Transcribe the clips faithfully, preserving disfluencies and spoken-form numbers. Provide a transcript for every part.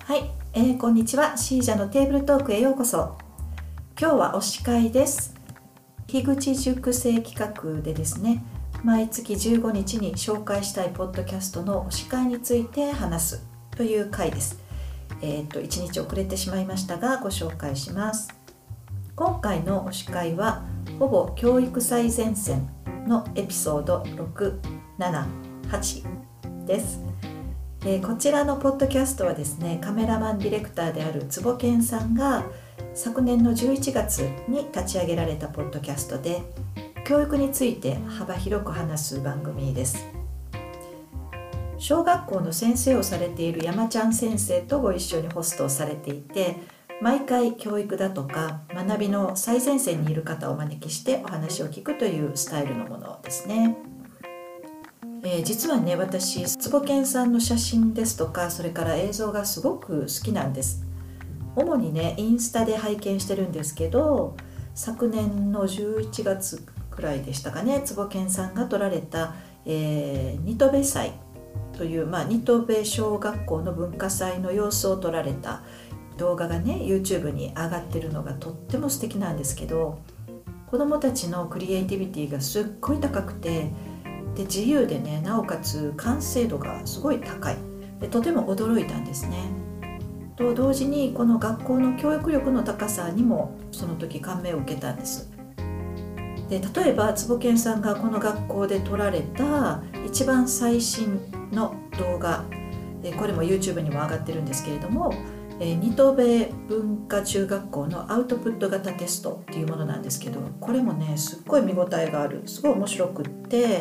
はい、えー、こんにちは。シージャのテーブルトークへようこそ。今日は推し会です。樋口塾生企画でですね、毎月じゅうごにちに紹介したいポッドキャストの推し会について話すという回です。えー、っといちにち遅れてしまいましたがご紹介します。今回の推し会はほぼ教育最前線のエピソードろく、なな、はちです。えー、こちらのポッドキャストはですね、カメラマンディレクターである坪健さんが昨年のじゅういちがつに立ち上げられたポッドキャストで、教育について幅広く話す番組です。小学校の先生をされている山ちゃん先生とご一緒にホストをされていて、毎回教育だとか学びの最前線にいる方をお招きしてお話を聞くというスタイルのものですね。えー、実はね、私坪健さんの写真ですとか、それから映像がすごく好きなんです。主にねインスタで拝見してるんですけど、昨年のじゅういちがつくらいでしたかね、坪健さんが撮られた、えー、新渡戸祭という、まあ、新渡戸小学校の文化祭の様子を撮られた動画がね YouTube に上がってるのがとっても素敵なんですけど、子どもたちのクリエイティビティがすっごい高くて、で自由でね、なおかつ完成度がすごい高いで、とても驚いたんですね。と同時にこの学校の教育力の高さにもその時感銘を受けたんです。で例えば坪健さんがこの学校で撮られた一番最新の動画、これも YouTube にも上がってるんですけれども、新渡戸文化中学校のアウトプット型テストっていうものなんですけど、これもねすっごい見応えがある、すごい面白くって、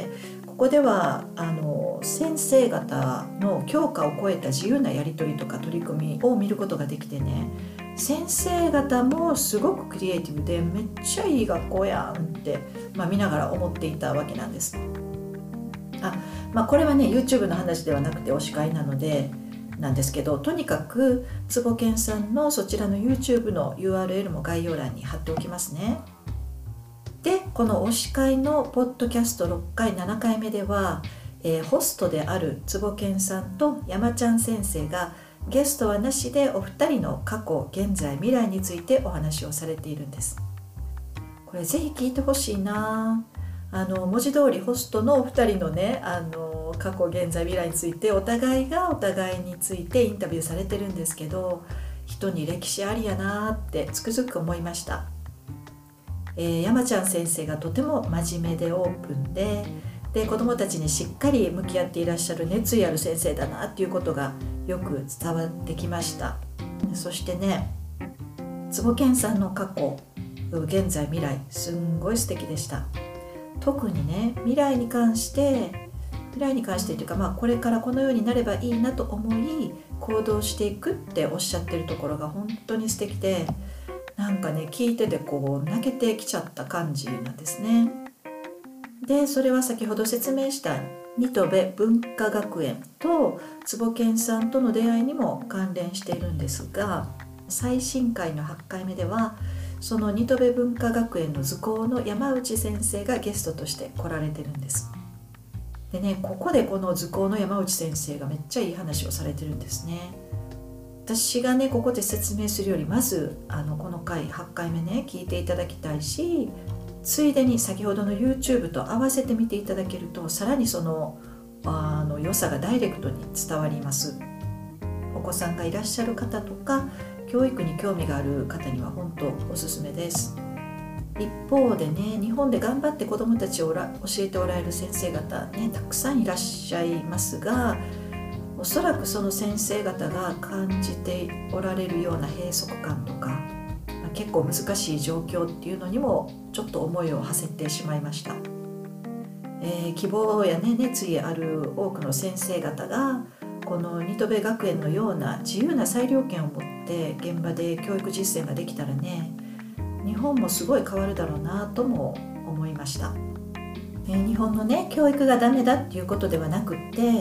ここではあの先生方の教科を超えた自由なやり取りとか取り組みを見ることができてね、先生方もすごくクリエイティブでめっちゃいい学校やんって、まあ、見ながら思っていたわけなんです。あ、まあ、これはね YouTube の話ではなくて推し会なのでなんですけど、とにかく坪健さんのそちらの YouTube の ユーアールエル も概要欄に貼っておきますね。でこの推し会のポッドキャストろっかいななかいめでは、えー、ホストである坪健さんと山ちゃん先生がゲストはなしでお二人の過去現在未来についてお話をされているんです。これぜひ聞いてほしいな。あの文字通りホストのお二人のね、あの過去現在未来についてお互いがお互いについてインタビューされてるんですけど、人に歴史ありやなってつくづく思いました。えー、山ちゃん先生がとても真面目でオープンで、で子どもたちにしっかり向き合っていらっしゃる熱意ある先生だなっていうことがよく伝わってきました。そしてね、坪健さんの過去、現在、未来、すんごい素敵でした。特にね、未来に関して未来に関してというか、まあ、これからこのようになればいいなと思い行動していくっておっしゃってるところが本当に素敵で、なんかね聞いててこう泣けてきちゃった感じなんですね。でそれは先ほど説明した新渡戸文化学園と坪健さんとの出会いにも関連しているんですが、最新回のはちかいめではその新渡戸文化学園の図工の山内先生がゲストとして来られてるんです。でね、ここでこの図工の山内先生がめっちゃいい話をされてるんですね。私がねここで説明するより、まずあのこの回はちかいめね聞いていただきたいし、ついでに先ほどの YouTube と合わせて見ていただけると、さらにそのあの良さがダイレクトに伝わります。お子さんがいらっしゃる方とか教育に興味がある方には本当おすすめです。一方でね、日本で頑張って子どもたちを教えておられる先生方ねたくさんいらっしゃいますが、おそらくその先生方が感じておられるような閉塞感とか、結構難しい状況っていうのにもちょっと思いを馳せてしまいました。えー、希望や、ね、熱意ある多くの先生方がこの新渡戸学園のような自由な裁量権を持って現場で教育実践ができたらね、日本もすごい変わるだろうなとも思いました。えー、日本のね教育がダメだっていうことではなくって、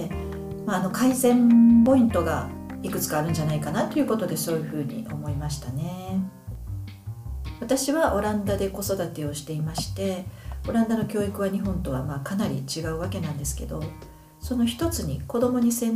まあ、あの改善ポイントがいくつかあるんじゃないかなということで、そういうふうに思いましたね。私はオランダで子育てをしていまして、オランダの教育は日本とはまあかなり違うわけなんですけど、その一つに子どもにせん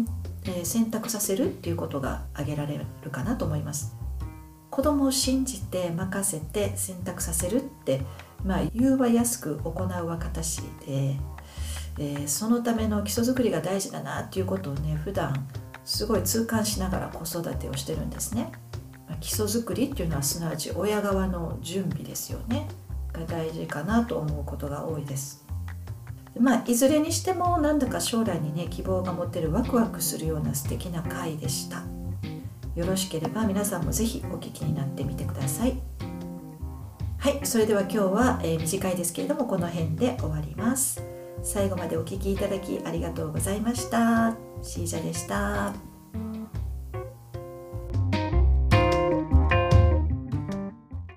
えー、選択させるっていうことが挙げられるかなと思います。子供を信じて任せて選択させるって、まあ、言うは安く行うは形で、えー、そのための基礎作りが大事だなっていうことをね、普段すごい痛感しながら子育てをしてるんですね。基礎作りっていうのはすなわち親側の準備ですよねが大事かなと思うことが多いです。まあ、いずれにしてもなんだか将来にね希望が持てるワクワクするような素敵な回でした。よろしければ皆さんもぜひお聞きになってみてください。はい、それでは今日は、えー、短いですけれどもこの辺で終わります。最後までお聞きいただきありがとうございました。シージャでした。